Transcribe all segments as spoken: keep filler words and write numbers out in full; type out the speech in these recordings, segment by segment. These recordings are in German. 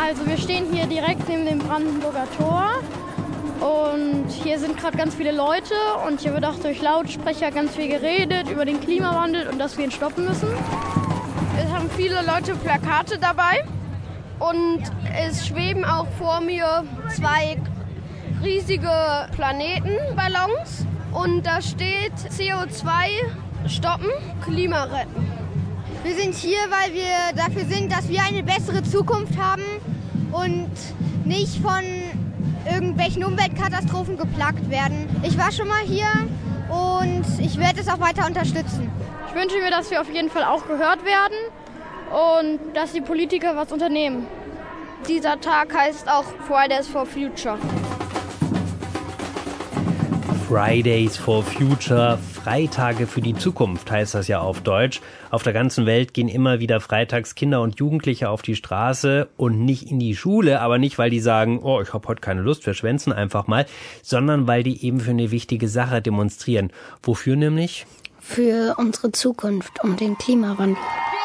Also wir stehen hier direkt neben dem Brandenburger Tor und hier sind gerade ganz viele Leute und hier wird auch durch Lautsprecher ganz viel geredet über den Klimawandel und dass wir ihn stoppen müssen. Es haben viele Leute Plakate dabei und es schweben auch vor mir zwei riesige Planetenballons und da steht C O zwei stoppen, Klima retten. Wir sind hier, weil wir dafür sind, dass wir eine bessere Zukunft haben und nicht von irgendwelchen Umweltkatastrophen geplagt werden. Ich war schon mal hier und ich werde es auch weiter unterstützen. Ich wünsche mir, dass wir auf jeden Fall auch gehört werden und dass die Politiker was unternehmen. Dieser Tag heißt auch Fridays for Future. Fridays for Future, Freitage für die Zukunft heißt das ja auf Deutsch. Auf der ganzen Welt gehen immer wieder freitags Kinder und Jugendliche auf die Straße und nicht in die Schule, aber nicht, weil die sagen, oh, ich habe heute keine Lust, wir schwänzen einfach mal, sondern weil die eben für eine wichtige Sache demonstrieren. Wofür nämlich? Für unsere Zukunft, um den Klimawandel.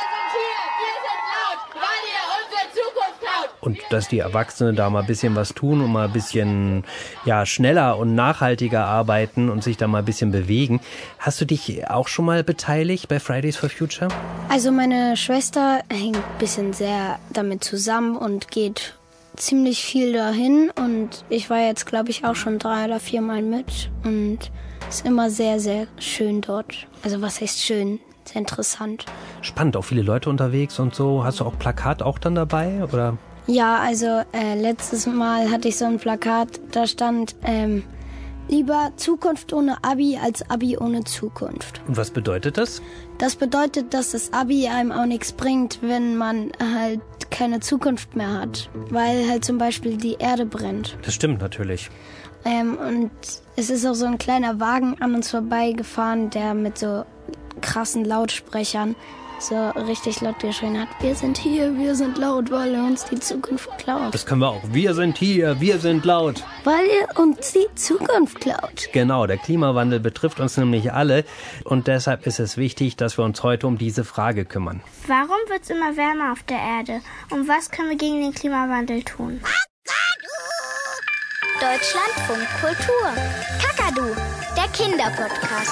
Und dass die Erwachsenen da mal ein bisschen was tun und mal ein bisschen ja, schneller und nachhaltiger arbeiten und sich da mal ein bisschen bewegen. Hast du dich auch schon mal beteiligt bei Fridays for Future? Also meine Schwester hängt ein bisschen sehr damit zusammen und geht ziemlich viel dahin. Und ich war jetzt, glaube ich, auch schon drei oder vier Mal mit. Und es ist immer sehr, sehr schön dort. Also was heißt schön? Sehr interessant. Spannend, auch viele Leute unterwegs und so. Hast du auch Plakat auch dann dabei, oder? Ja, also äh, letztes Mal hatte ich so ein Plakat, da stand ähm, lieber Zukunft ohne Abi als Abi ohne Zukunft. Und was bedeutet das? Das bedeutet, dass das Abi einem auch nichts bringt, wenn man halt keine Zukunft mehr hat, weil halt zum Beispiel die Erde brennt. Das stimmt natürlich. Ähm, und es ist auch so ein kleiner Wagen an uns vorbeigefahren, der mit so krassen Lautsprechern so richtig laut geschrien hat, wir sind hier, wir sind laut, weil ihr uns die Zukunft klaut. Das können wir auch. Wir sind hier, wir sind laut. Weil ihr uns die Zukunft klaut. Genau, der Klimawandel betrifft uns nämlich alle und deshalb ist es wichtig, dass wir uns heute um diese Frage kümmern. Warum wird es immer wärmer auf der Erde? Und was können wir gegen den Klimawandel tun? Deutschlandfunk Kultur. Kakadu, der Kinderpodcast.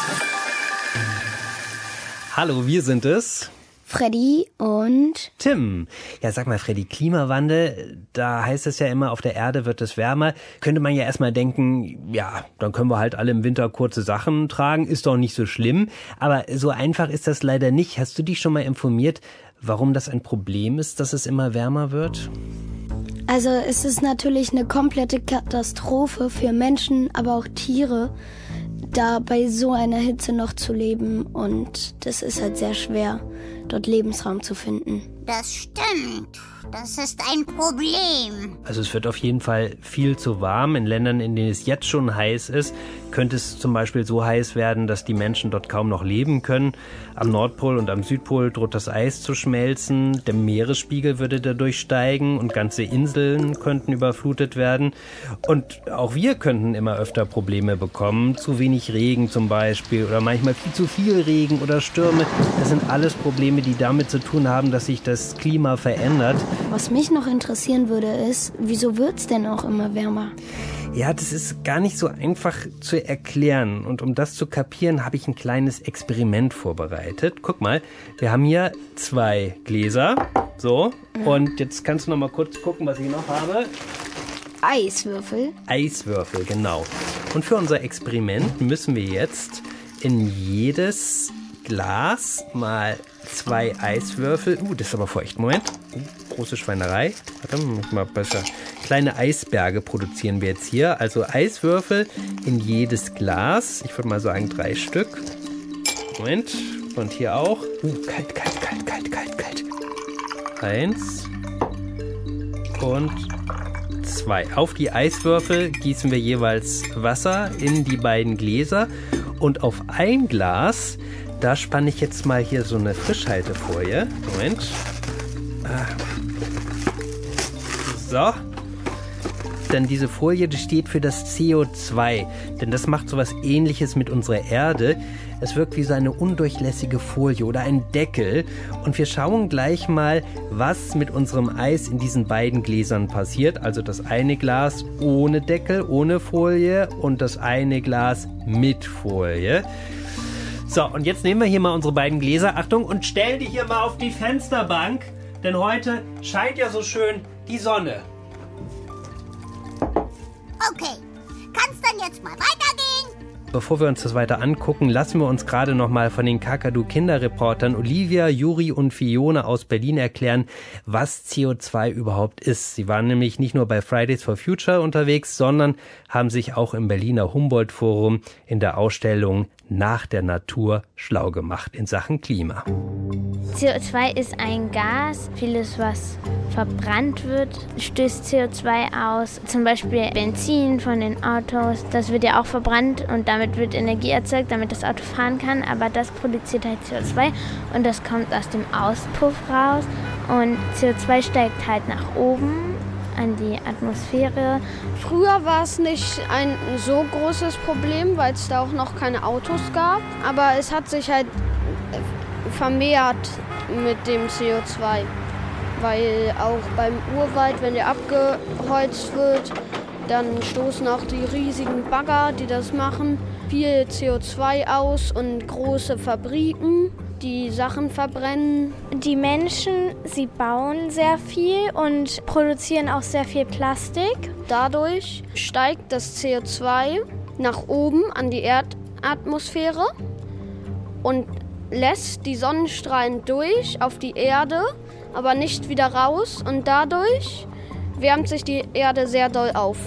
Hallo, wir sind es. Freddy und Tim. Ja, sag mal, Freddy, Klimawandel, da heißt es ja immer, auf der Erde wird es wärmer. Könnte man ja erstmal denken, ja, dann können wir halt alle im Winter kurze Sachen tragen, ist doch nicht so schlimm. Aber so einfach ist das leider nicht. Hast du dich schon mal informiert, warum das ein Problem ist, dass es immer wärmer wird? Also es ist natürlich eine komplette Katastrophe für Menschen, aber auch Tiere, da bei so einer Hitze noch zu leben. Und das ist halt sehr schwer, dort Lebensraum zu finden. Das stimmt. Das ist ein Problem. Also es wird auf jeden Fall viel zu warm. In Ländern, in denen es jetzt schon heiß ist, könnte es zum Beispiel so heiß werden, dass die Menschen dort kaum noch leben können. Am Nordpol und am Südpol droht das Eis zu schmelzen. Der Meeresspiegel würde dadurch steigen und ganze Inseln könnten überflutet werden. Und auch wir könnten immer öfter Probleme bekommen. Zu wenig Regen zum Beispiel oder manchmal viel zu viel Regen oder Stürme. Das sind alles Probleme, die damit zu tun haben, dass sich das Klima verändert. Was mich noch interessieren würde, ist, wieso wird's denn auch immer wärmer? Ja, das ist gar nicht so einfach zu erklären. Und um das zu kapieren, habe ich ein kleines Experiment vorbereitet. Guck mal, wir haben hier zwei Gläser. So, und jetzt kannst du noch mal kurz gucken, was ich noch habe. Eiswürfel. Eiswürfel, genau. Und für unser Experiment müssen wir jetzt in jedes Glas mal zwei Eiswürfel. Uh, das ist aber feucht. Moment. Uh, große Schweinerei. Warte mal, besser. Kleine Eisberge produzieren wir jetzt hier. Also Eiswürfel in jedes Glas. Ich würde mal sagen drei Stück. Moment. Und hier auch. Uh, kalt, kalt, kalt, kalt, kalt, kalt. Eins. Und zwei. Auf die Eiswürfel gießen wir jeweils Wasser in die beiden Gläser. Und auf ein Glas, da spanne ich jetzt mal hier so eine Frischhaltefolie. Moment. So. denn diese Folie, die steht für das C O zwei. Denn das macht sowas Ähnliches mit unserer Erde. Es wirkt wie so eine undurchlässige Folie oder ein Deckel. Und wir schauen gleich mal, was mit unserem Eis in diesen beiden Gläsern passiert. Also das eine Glas ohne Deckel, ohne Folie und das eine Glas mit Folie. So, und jetzt nehmen wir hier mal unsere beiden Gläser. Achtung, und stellen die hier mal auf die Fensterbank. Denn heute scheint ja so schön die Sonne. Okay, kann's dann jetzt mal weitergehen? Bevor wir uns das weiter angucken, lassen wir uns gerade noch mal von den Kakadu-Kinderreportern Olivia, Juri und Fiona aus Berlin erklären, was C O zwei überhaupt ist. Sie waren nämlich nicht nur bei Fridays for Future unterwegs, sondern haben sich auch im Berliner Humboldt-Forum in der Ausstellung Nach der Natur schlau gemacht in Sachen Klima. C O zwei ist ein Gas. Vieles, was verbrannt wird, stößt C O zwei aus. Zum Beispiel Benzin von den Autos. Das wird ja auch verbrannt und damit wird Energie erzeugt, damit das Auto fahren kann. Aber das produziert halt C O zwei und das kommt aus dem Auspuff raus. Und C O zwei steigt halt nach oben an die Atmosphäre. Früher war es nicht ein so großes Problem, weil es da auch noch keine Autos gab. Aber es hat sich halt vermehrt mit dem C O zwei. Weil auch beim Urwald, wenn der abgeholzt wird, dann stoßen auch die riesigen Bagger, die das machen, viel C O zwei aus und große Fabriken, die Sachen verbrennen. Die Menschen, sie bauen sehr viel und produzieren auch sehr viel Plastik. Dadurch steigt das C O zwei nach oben an die Erdatmosphäre und lässt die Sonnenstrahlen durch auf die Erde, aber nicht wieder raus. Und dadurch wärmt sich die Erde sehr doll auf.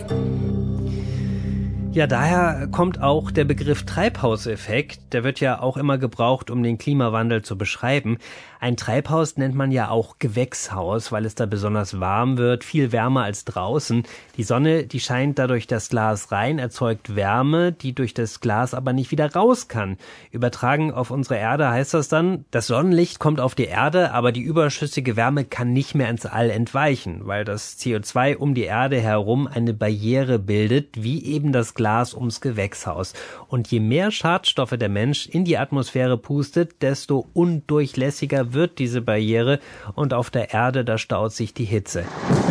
Ja, daher kommt auch der Begriff Treibhauseffekt. Der wird ja auch immer gebraucht, um den Klimawandel zu beschreiben. Ein Treibhaus nennt man ja auch Gewächshaus, weil es da besonders warm wird, viel wärmer als draußen. Die Sonne, die scheint da durch das Glas rein, erzeugt Wärme, die durch das Glas aber nicht wieder raus kann. Übertragen auf unsere Erde heißt das dann, das Sonnenlicht kommt auf die Erde, aber die überschüssige Wärme kann nicht mehr ins All entweichen, weil das C O zwei um die Erde herum eine Barriere bildet, wie eben das Glas ums Gewächshaus. Und je mehr Schadstoffe der Mensch in die Atmosphäre pustet, desto undurchlässiger wird diese Barriere und auf der Erde, da staut sich die Hitze.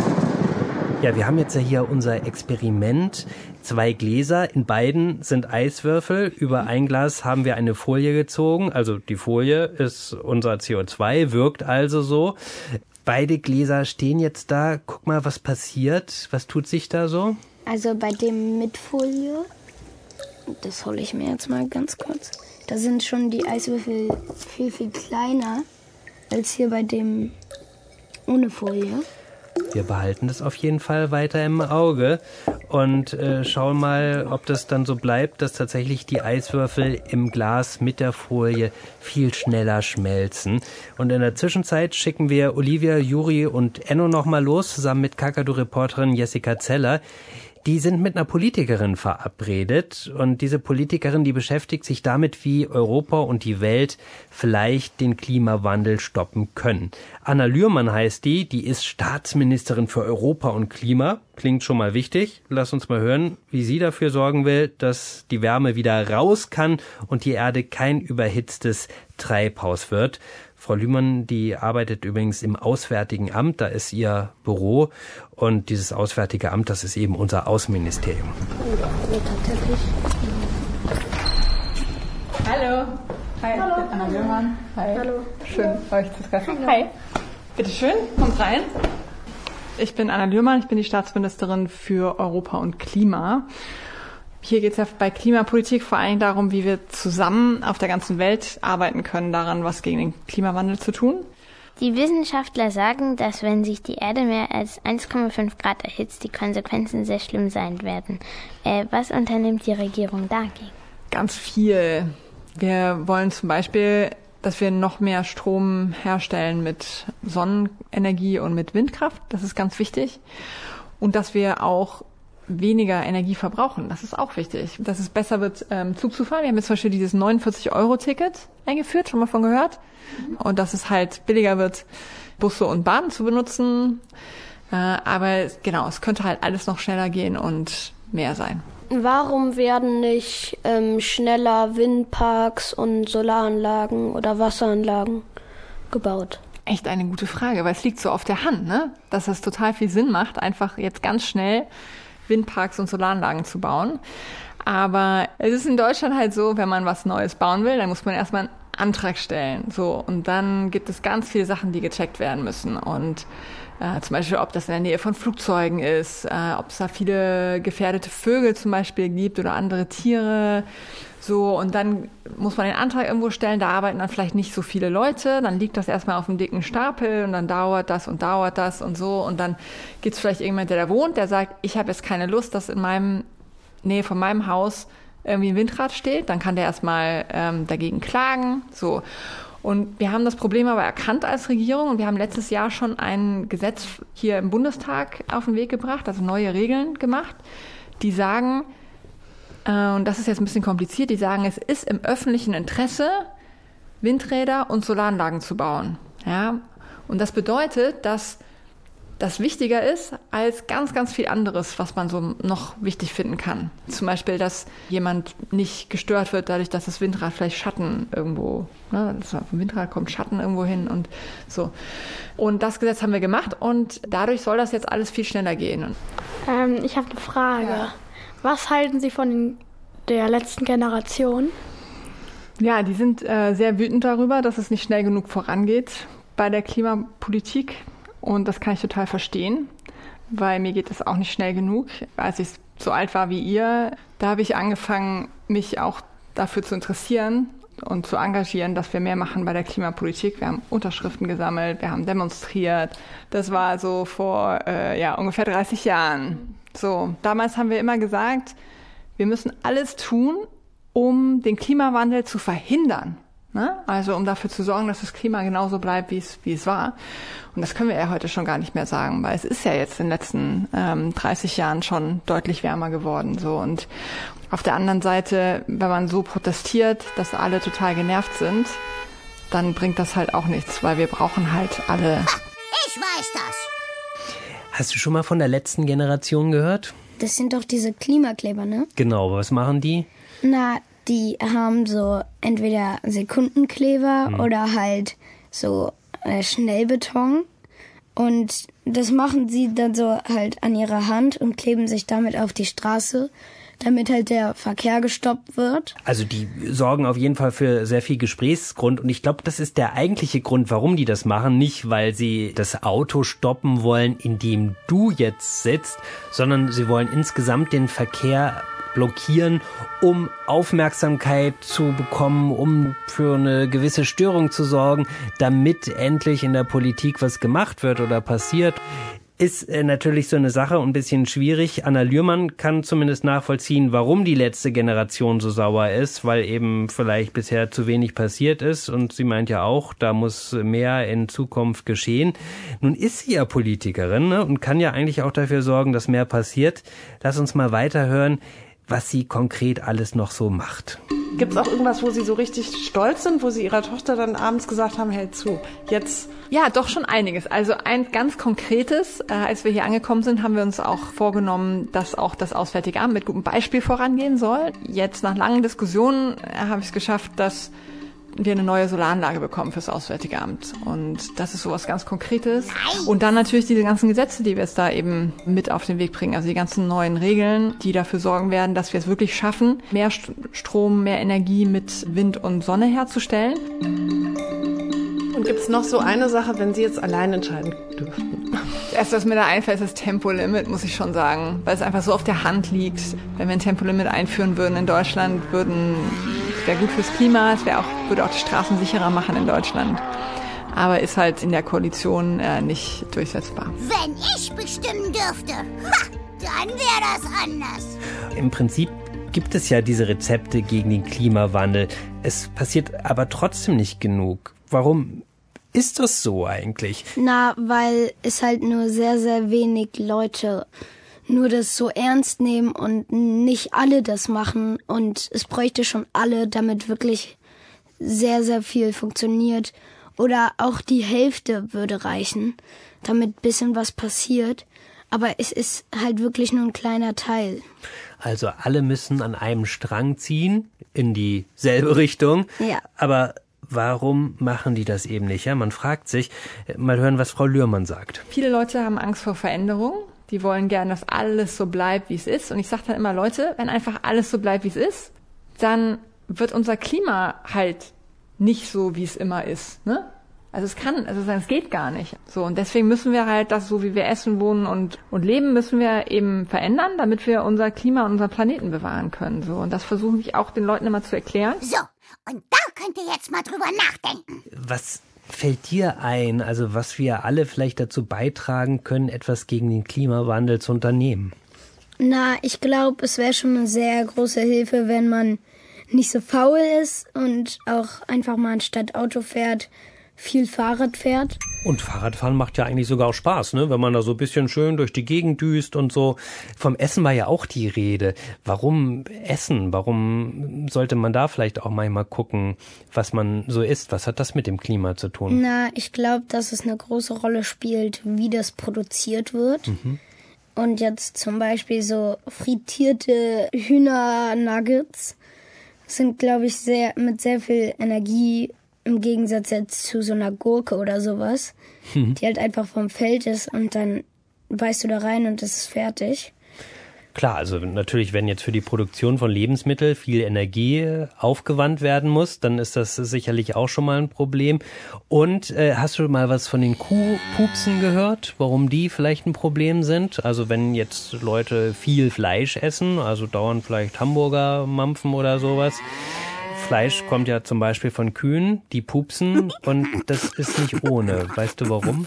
Ja, wir haben jetzt ja hier unser Experiment. Zwei Gläser, in beiden sind Eiswürfel. Über ein Glas haben wir eine Folie gezogen. Also die Folie ist unser C O zwei, wirkt also so. Beide Gläser stehen jetzt da. Guck mal, was passiert. Was tut sich da so? Also bei dem mit Folie, das hole ich mir jetzt mal ganz kurz, da sind schon die Eiswürfel viel, viel kleiner als hier bei dem ohne Folie. Wir behalten das auf jeden Fall weiter im Auge und äh, schauen mal, ob das dann so bleibt, dass tatsächlich die Eiswürfel im Glas mit der Folie viel schneller schmelzen. Und in der Zwischenzeit schicken wir Olivia, Juri und Enno nochmal los, zusammen mit Kakadu-Reporterin Jessica Zeller. Die sind mit einer Politikerin verabredet und diese Politikerin, die beschäftigt sich damit, wie Europa und die Welt vielleicht den Klimawandel stoppen können. Anna Lührmann heißt die, die ist Staatsministerin für Europa und Klima. Klingt schon mal wichtig. Lass uns mal hören, wie sie dafür sorgen will, dass die Wärme wieder raus kann und die Erde kein überhitztes Treibhaus wird. Frau Lührmann, die arbeitet übrigens im Auswärtigen Amt, da ist ihr Büro und dieses Auswärtige Amt, das ist eben unser Außenministerium. Hallo. Hi, Hallo. Ich bin Anna Lührmann. Hi. Hallo. Schön, euch zu treffen. Hi. Bitte schön, kommt rein. Ich bin Anna Lührmann, ich bin die Staatsministerin für Europa und Klima. Hier geht es ja bei Klimapolitik vor allem darum, wie wir zusammen auf der ganzen Welt arbeiten können, daran, was gegen den Klimawandel zu tun. Die Wissenschaftler sagen, dass wenn sich die Erde mehr als eins Komma fünf Grad erhitzt, die Konsequenzen sehr schlimm sein werden. Äh, was unternimmt die Regierung dagegen? Ganz viel. Wir wollen zum Beispiel, dass wir noch mehr Strom herstellen mit Sonnenenergie und mit Windkraft. Das ist ganz wichtig. Und dass wir auch weniger Energie verbrauchen. Das ist auch wichtig. Dass es besser wird, ähm, Zug zu fahren. Wir haben jetzt zum Beispiel dieses neunundvierzig Euro Ticket eingeführt, schon mal von gehört. Und dass es halt billiger wird, Busse und Bahnen zu benutzen. Äh, aber genau, es könnte halt alles noch schneller gehen und mehr sein. Warum werden nicht ähm, schneller Windparks und Solaranlagen oder Wasseranlagen gebaut? Echt eine gute Frage, weil es liegt so auf der Hand, ne? Dass es total viel Sinn macht, einfach jetzt ganz schnell Windparks und Solaranlagen zu bauen. Aber es ist in Deutschland halt so, wenn man was Neues bauen will, dann muss man erstmal einen Antrag stellen. So, und dann gibt es ganz viele Sachen, die gecheckt werden müssen. Und äh, zum Beispiel, ob das in der Nähe von Flugzeugen ist, äh, ob es da viele gefährdete Vögel zum Beispiel gibt oder andere Tiere. So, und dann muss man den Antrag irgendwo stellen, da arbeiten dann vielleicht nicht so viele Leute, dann liegt das erstmal auf einem dicken Stapel und dann dauert das und dauert das und so und dann gibt es vielleicht irgendjemand, der da wohnt, der sagt, ich habe jetzt keine Lust, dass in meinem Nähe von meinem Haus irgendwie ein Windrad steht, dann kann der erstmal ähm, dagegen klagen, so. Und wir haben das Problem aber erkannt als Regierung und wir haben letztes Jahr schon ein Gesetz hier im Bundestag auf den Weg gebracht, also neue Regeln gemacht, die sagen, und das ist jetzt ein bisschen kompliziert, die sagen, es ist im öffentlichen Interesse, Windräder und Solaranlagen zu bauen. Ja? Und das bedeutet, dass das wichtiger ist als ganz, ganz viel anderes, was man so noch wichtig finden kann. Zum Beispiel, dass jemand nicht gestört wird, dadurch, dass das Windrad vielleicht Schatten irgendwo, ne, vom Windrad kommt Schatten irgendwo hin und so. Und das Gesetz haben wir gemacht und dadurch soll das jetzt alles viel schneller gehen. Ähm, ich habe eine Frage. Ja. Was halten Sie von der letzten Generation? Ja, die sind äh, sehr wütend darüber, dass es nicht schnell genug vorangeht bei der Klimapolitik. Und das kann ich total verstehen, weil mir geht es auch nicht schnell genug. Als ich so alt war wie ihr, da habe ich angefangen, mich auch dafür zu interessieren und zu engagieren, dass wir mehr machen bei der Klimapolitik. Wir haben Unterschriften gesammelt, wir haben demonstriert. Das war so vor äh, ja, ungefähr dreißig Jahren. So, damals haben wir immer gesagt, wir müssen alles tun, um den Klimawandel zu verhindern. Ne? Also um dafür zu sorgen, dass das Klima genauso bleibt, wie es, wie es war. Und das können wir ja heute schon gar nicht mehr sagen, weil es ist ja jetzt in den letzten ähm, dreißig Jahren schon deutlich wärmer geworden. So. Und auf der anderen Seite, wenn man so protestiert, dass alle total genervt sind, dann bringt das halt auch nichts, weil wir brauchen halt alle. Ich weiß das. Hast du schon mal von der letzten Generation gehört? Das sind doch diese Klimakleber, ne? Genau, was machen die? Na, die haben so entweder Sekundenkleber hm. oder halt so äh, Schnellbeton. Und das machen sie dann so halt an ihrer Hand und kleben sich damit auf die Straße, damit halt der Verkehr gestoppt wird. Also die sorgen auf jeden Fall für sehr viel Gesprächsgrund und ich glaube, das ist der eigentliche Grund, warum die das machen. Nicht, weil sie das Auto stoppen wollen, in dem du jetzt sitzt, sondern sie wollen insgesamt den Verkehr blockieren, um Aufmerksamkeit zu bekommen, um für eine gewisse Störung zu sorgen, damit endlich in der Politik was gemacht wird oder passiert. Ist äh, natürlich so eine Sache und ein bisschen schwierig. Anna Lührmann kann zumindest nachvollziehen, warum die letzte Generation so sauer ist, weil eben vielleicht bisher zu wenig passiert ist. Und sie meint ja auch, da muss mehr in Zukunft geschehen. Nun ist sie ja Politikerin, ne, und kann ja eigentlich auch dafür sorgen, dass mehr passiert. Lass uns mal weiterhören, was sie konkret alles noch so macht. Gibt es auch irgendwas, wo Sie so richtig stolz sind, wo Sie Ihrer Tochter dann abends gesagt haben, hey zu, jetzt... Ja, doch schon einiges. Also ein ganz konkretes, äh, als wir hier angekommen sind, haben wir uns auch vorgenommen, dass auch das Auswärtige Amt mit gutem Beispiel vorangehen soll. Jetzt nach langen Diskussionen äh, habe ich es geschafft, dass wir eine neue Solaranlage bekommen fürs Auswärtige Amt. Und das ist sowas ganz Konkretes. Und dann natürlich diese ganzen Gesetze, die wir jetzt da eben mit auf den Weg bringen. Also die ganzen neuen Regeln, die dafür sorgen werden, dass wir es wirklich schaffen, mehr Strom, mehr Energie mit Wind und Sonne herzustellen. Und gibt es noch so eine Sache, wenn Sie jetzt allein entscheiden dürften? Das Erste, was mir da einfällt, ist das Tempolimit, muss ich schon sagen. Weil es einfach so auf der Hand liegt. Wenn wir ein Tempolimit einführen würden in Deutschland, würden, es wäre gut fürs Klima, es wäre auch, würde auch die Straßen sicherer machen in Deutschland. Aber ist halt in der Koalition äh, nicht durchsetzbar. Wenn ich bestimmen dürfte, ha, dann wäre das anders. Im Prinzip gibt es ja diese Rezepte gegen den Klimawandel. Es passiert aber trotzdem nicht genug. Warum ist das so eigentlich? Na, weil es halt nur sehr, sehr wenig Leute nur das so ernst nehmen und nicht alle das machen. Und es bräuchte schon alle, damit wirklich sehr, sehr viel funktioniert. Oder auch die Hälfte würde reichen, damit ein bisschen was passiert. Aber es ist halt wirklich nur ein kleiner Teil. Also alle müssen an einem Strang ziehen, in dieselbe Richtung. Ja. Aber warum machen die das eben nicht? Ja, man fragt sich, mal hören, was Frau Lührmann sagt. Viele Leute haben Angst vor Veränderung. Die wollen gern, dass alles so bleibt, wie es ist. Und ich sage dann immer, Leute, wenn einfach alles so bleibt, wie es ist, dann wird unser Klima halt nicht so, wie es immer ist, ne? Also es kann, also es geht gar nicht. So, und deswegen müssen wir halt das, so wie wir essen, wohnen und, und leben, müssen wir eben verändern, damit wir unser Klima und unseren Planeten bewahren können. So, und das versuche ich auch den Leuten immer zu erklären. So, und da könnt ihr jetzt mal drüber nachdenken. Was fällt dir ein, also was wir alle vielleicht dazu beitragen können, etwas gegen den Klimawandel zu unternehmen? Na, ich glaube, es wäre schon eine sehr große Hilfe, wenn man nicht so faul ist und auch einfach mal anstatt Auto fährt, viel Fahrrad fährt. Und Fahrradfahren macht ja eigentlich sogar auch Spaß, ne? Wenn man da so ein bisschen schön durch die Gegend düst und so. Vom Essen war ja auch die Rede. Warum essen? Warum sollte man da vielleicht auch manchmal gucken, was man so isst? Was hat das mit dem Klima zu tun? Na, ich glaube, dass es eine große Rolle spielt, wie das produziert wird. Mhm. Und jetzt zum Beispiel so frittierte Hühnernuggets sind, glaube ich, sehr mit sehr viel Energie im Gegensatz jetzt zu so einer Gurke oder sowas, hm. die halt einfach vom Feld ist und dann beißt du da rein und es ist fertig. Klar, also natürlich, wenn jetzt für die Produktion von Lebensmitteln viel Energie aufgewandt werden muss, dann ist das sicherlich auch schon mal ein Problem. Und äh, hast du mal was von den Kuhpupsen gehört, warum die vielleicht ein Problem sind? Also wenn jetzt Leute viel Fleisch essen, also dauernd vielleicht Hamburger mampfen oder sowas. Fleisch kommt ja zum Beispiel von Kühen, die pupsen und das ist nicht ohne. Weißt du warum?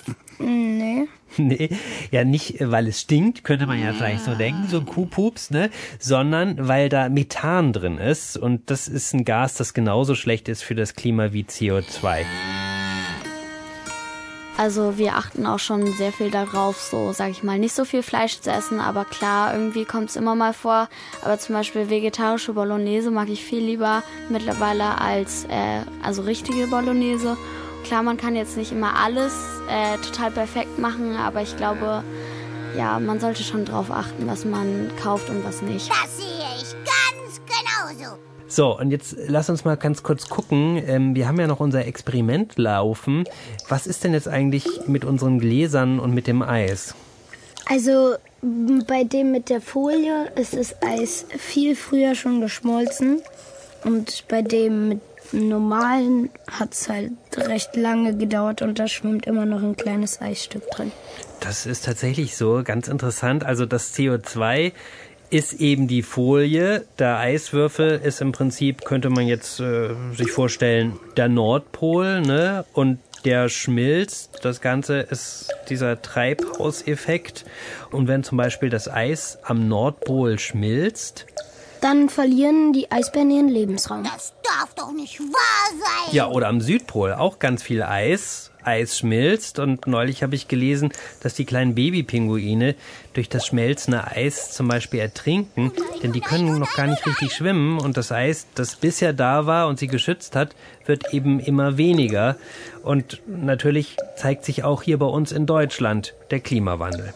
Nee. Nee, ja nicht, weil es stinkt, könnte man ja vielleicht so denken, so ein Kuhpups, ne? Sondern weil da Methan drin ist und das ist ein Gas, das genauso schlecht ist für das Klima wie C O zwei. Also wir achten auch schon sehr viel darauf, so sag ich mal, nicht so viel Fleisch zu essen, aber klar, irgendwie kommt es immer mal vor. Aber zum Beispiel vegetarische Bolognese mag ich viel lieber mittlerweile als äh, also richtige Bolognese. Klar, man kann jetzt nicht immer alles äh, total perfekt machen, aber ich glaube, ja, man sollte schon drauf achten, was man kauft und was nicht. Das sehe ich ganz genauso. So, und jetzt lass uns mal ganz kurz gucken. Ähm, wir haben ja noch unser Experiment laufen. Was ist denn jetzt eigentlich mit unseren Gläsern und mit dem Eis? Also bei dem mit der Folie ist das Eis viel früher schon geschmolzen. Und bei dem mit dem normalen hat es halt recht lange gedauert und da schwimmt immer noch ein kleines Eisstück drin. Das ist tatsächlich so, ganz interessant. Also das C O zwei ist eben die Folie. Der Eiswürfel ist im Prinzip, könnte man jetzt äh, sich vorstellen, der Nordpol, ne? Und der schmilzt. Das Ganze ist dieser Treibhauseffekt. Und wenn zum Beispiel das Eis am Nordpol schmilzt, dann verlieren die Eisbären ihren Lebensraum. Das darf doch nicht wahr sein. Ja, oder am Südpol auch ganz viel Eis. Eis schmilzt und neulich habe ich gelesen, dass die kleinen Babypinguine durch das schmelzende Eis zum Beispiel ertrinken, denn die können noch gar nicht richtig schwimmen und das Eis, das bisher da war und sie geschützt hat, wird eben immer weniger. Und natürlich zeigt sich auch hier bei uns in Deutschland der Klimawandel.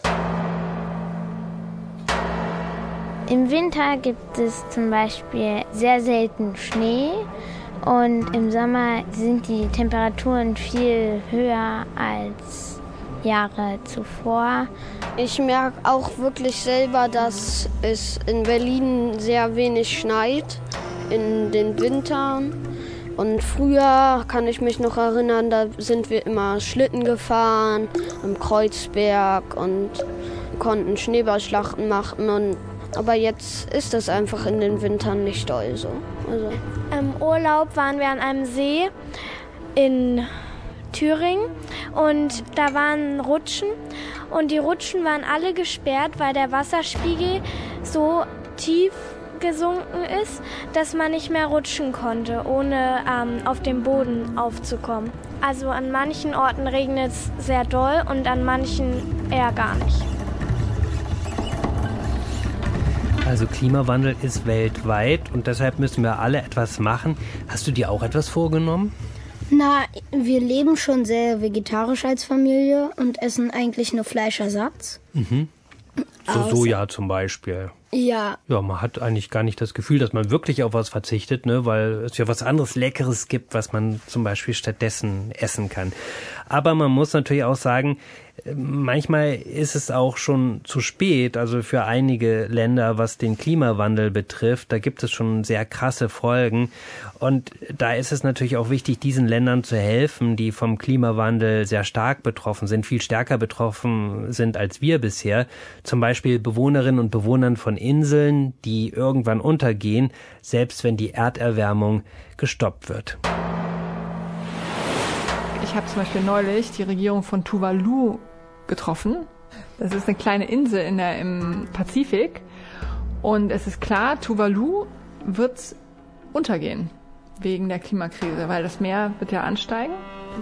Im Winter gibt es zum Beispiel sehr selten Schnee und im Sommer sind die Temperaturen viel höher als Jahre zuvor. Ich merke auch wirklich selber, dass es in Berlin sehr wenig schneit in den Wintern. Und früher kann ich mich noch erinnern, da sind wir immer Schlitten gefahren am Kreuzberg und konnten Schneeballschlachten machen. Und aber jetzt ist das einfach in den Wintern nicht doll so. Also. Im Urlaub waren wir an einem See in Thüringen und da waren Rutschen und die Rutschen waren alle gesperrt, weil der Wasserspiegel so tief gesunken ist, dass man nicht mehr rutschen konnte, ohne ähm, auf dem Boden aufzukommen. Also an manchen Orten regnet es sehr doll und an manchen eher gar nicht. Also Klimawandel ist weltweit und deshalb müssen wir alle etwas machen. Hast du dir auch etwas vorgenommen? Na, wir leben schon sehr vegetarisch als Familie und essen eigentlich nur Fleischersatz. Mhm. So Außer- Soja zum Beispiel. Ja, Ja, man hat eigentlich gar nicht das Gefühl, dass man wirklich auf was verzichtet, ne, weil es ja was anderes Leckeres gibt, was man zum Beispiel stattdessen essen kann. Aber man muss natürlich auch sagen, manchmal ist es auch schon zu spät, also für einige Länder, was den Klimawandel betrifft. Da gibt es schon sehr krasse Folgen. Und da ist es natürlich auch wichtig, diesen Ländern zu helfen, die vom Klimawandel sehr stark betroffen sind, viel stärker betroffen sind als wir bisher. Zum Beispiel Bewohnerinnen und Bewohnern von Inseln, die irgendwann untergehen, selbst wenn die Erderwärmung gestoppt wird. Ich habe zum Beispiel neulich die Regierung von Tuvalu getroffen. Das ist eine kleine Insel in der, im Pazifik. Und es ist klar, Tuvalu wird untergehen wegen der Klimakrise, weil das Meer wird ja ansteigen.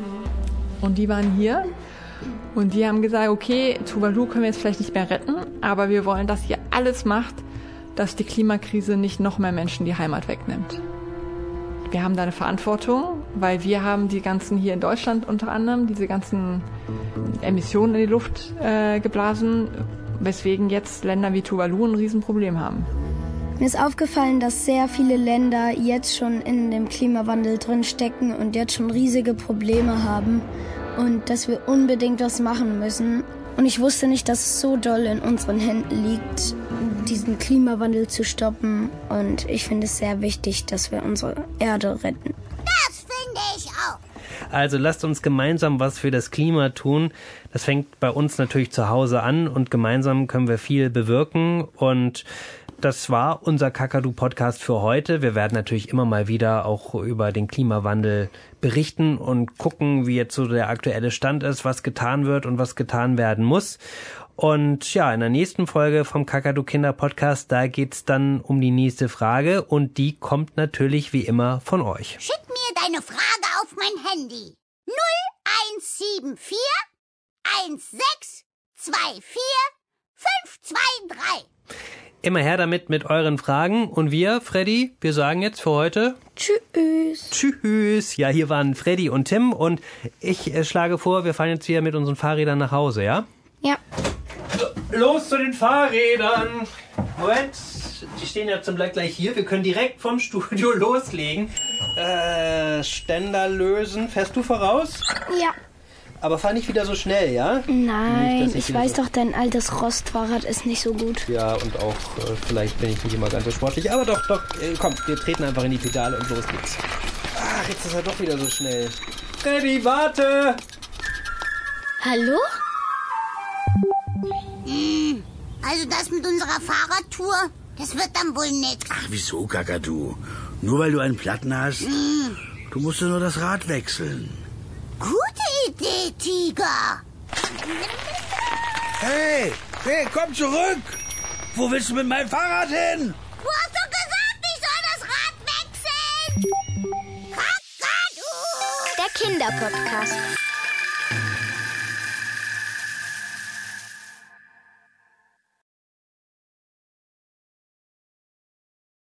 Und die waren hier und die haben gesagt, okay, Tuvalu können wir jetzt vielleicht nicht mehr retten, aber wir wollen, dass ihr alles macht, dass die Klimakrise nicht noch mehr Menschen die Heimat wegnimmt. Wir haben da eine Verantwortung, weil wir haben die ganzen hier in Deutschland unter anderem, diese ganzen Emissionen in die Luft äh, geblasen, weswegen jetzt Länder wie Tuvalu ein Riesenproblem haben. mir ist aufgefallen, dass sehr viele Länder jetzt schon in dem Klimawandel drinstecken und jetzt schon riesige Probleme haben und dass wir unbedingt was machen müssen. Und ich wusste nicht, dass es so doll in unseren Händen liegt, diesen Klimawandel zu stoppen. Und ich finde es sehr wichtig, dass wir unsere Erde retten. Das finde ich auch. Also lasst uns gemeinsam was für das Klima tun. Das fängt bei uns natürlich zu Hause an und gemeinsam können wir viel bewirken. Und das war unser Kakadu-Podcast für heute. Wir werden natürlich immer mal wieder auch über den Klimawandel berichten und gucken, wie jetzt so der aktuelle Stand ist, was getan wird und was getan werden muss. Und ja, in der nächsten Folge vom Kakadu-Kinder-Podcast, da geht's dann um die nächste Frage und die kommt natürlich wie immer von euch. Schick mir deine Frage auf mein Handy. null eins sieben vier eins sechs zwei vier fünf zwei drei. Immer her damit mit euren Fragen. Und wir, Freddy, wir sagen jetzt für heute Tschüss. Tschüss. Ja, hier waren Freddy und Tim und ich äh, schlage vor, wir fahren jetzt wieder mit unseren Fahrrädern nach Hause, ja? Ja. Los zu den Fahrrädern. Moment, die stehen ja zum Glück gleich hier. Wir können direkt vom Studio loslegen. Äh, Ständer lösen. Fährst du voraus? Ja. Aber fahr nicht wieder so schnell, ja? Nein, Nicht, dass ich wieder weiß so doch, dein altes Rostfahrrad ist nicht so gut. Ja, und auch äh, vielleicht bin ich nicht immer ganz so sportlich. Aber doch, doch, äh, komm, wir treten einfach in die Pedale und los geht's. Ach, jetzt ist er doch wieder so schnell. Freddy, warte! Hallo? Hm, also das mit unserer Fahrradtour, das wird dann wohl nix. Ach, wieso, Kakadu? Nur weil du einen Platten hast? Hm. Du musst ja nur das Rad wechseln. Gute Idee, Tiger. Hey, hey, komm zurück! Wo willst du mit meinem Fahrrad hin? Du hast doch gesagt, ich soll das Rad wechseln. Kakadu! Der Kinderpodcast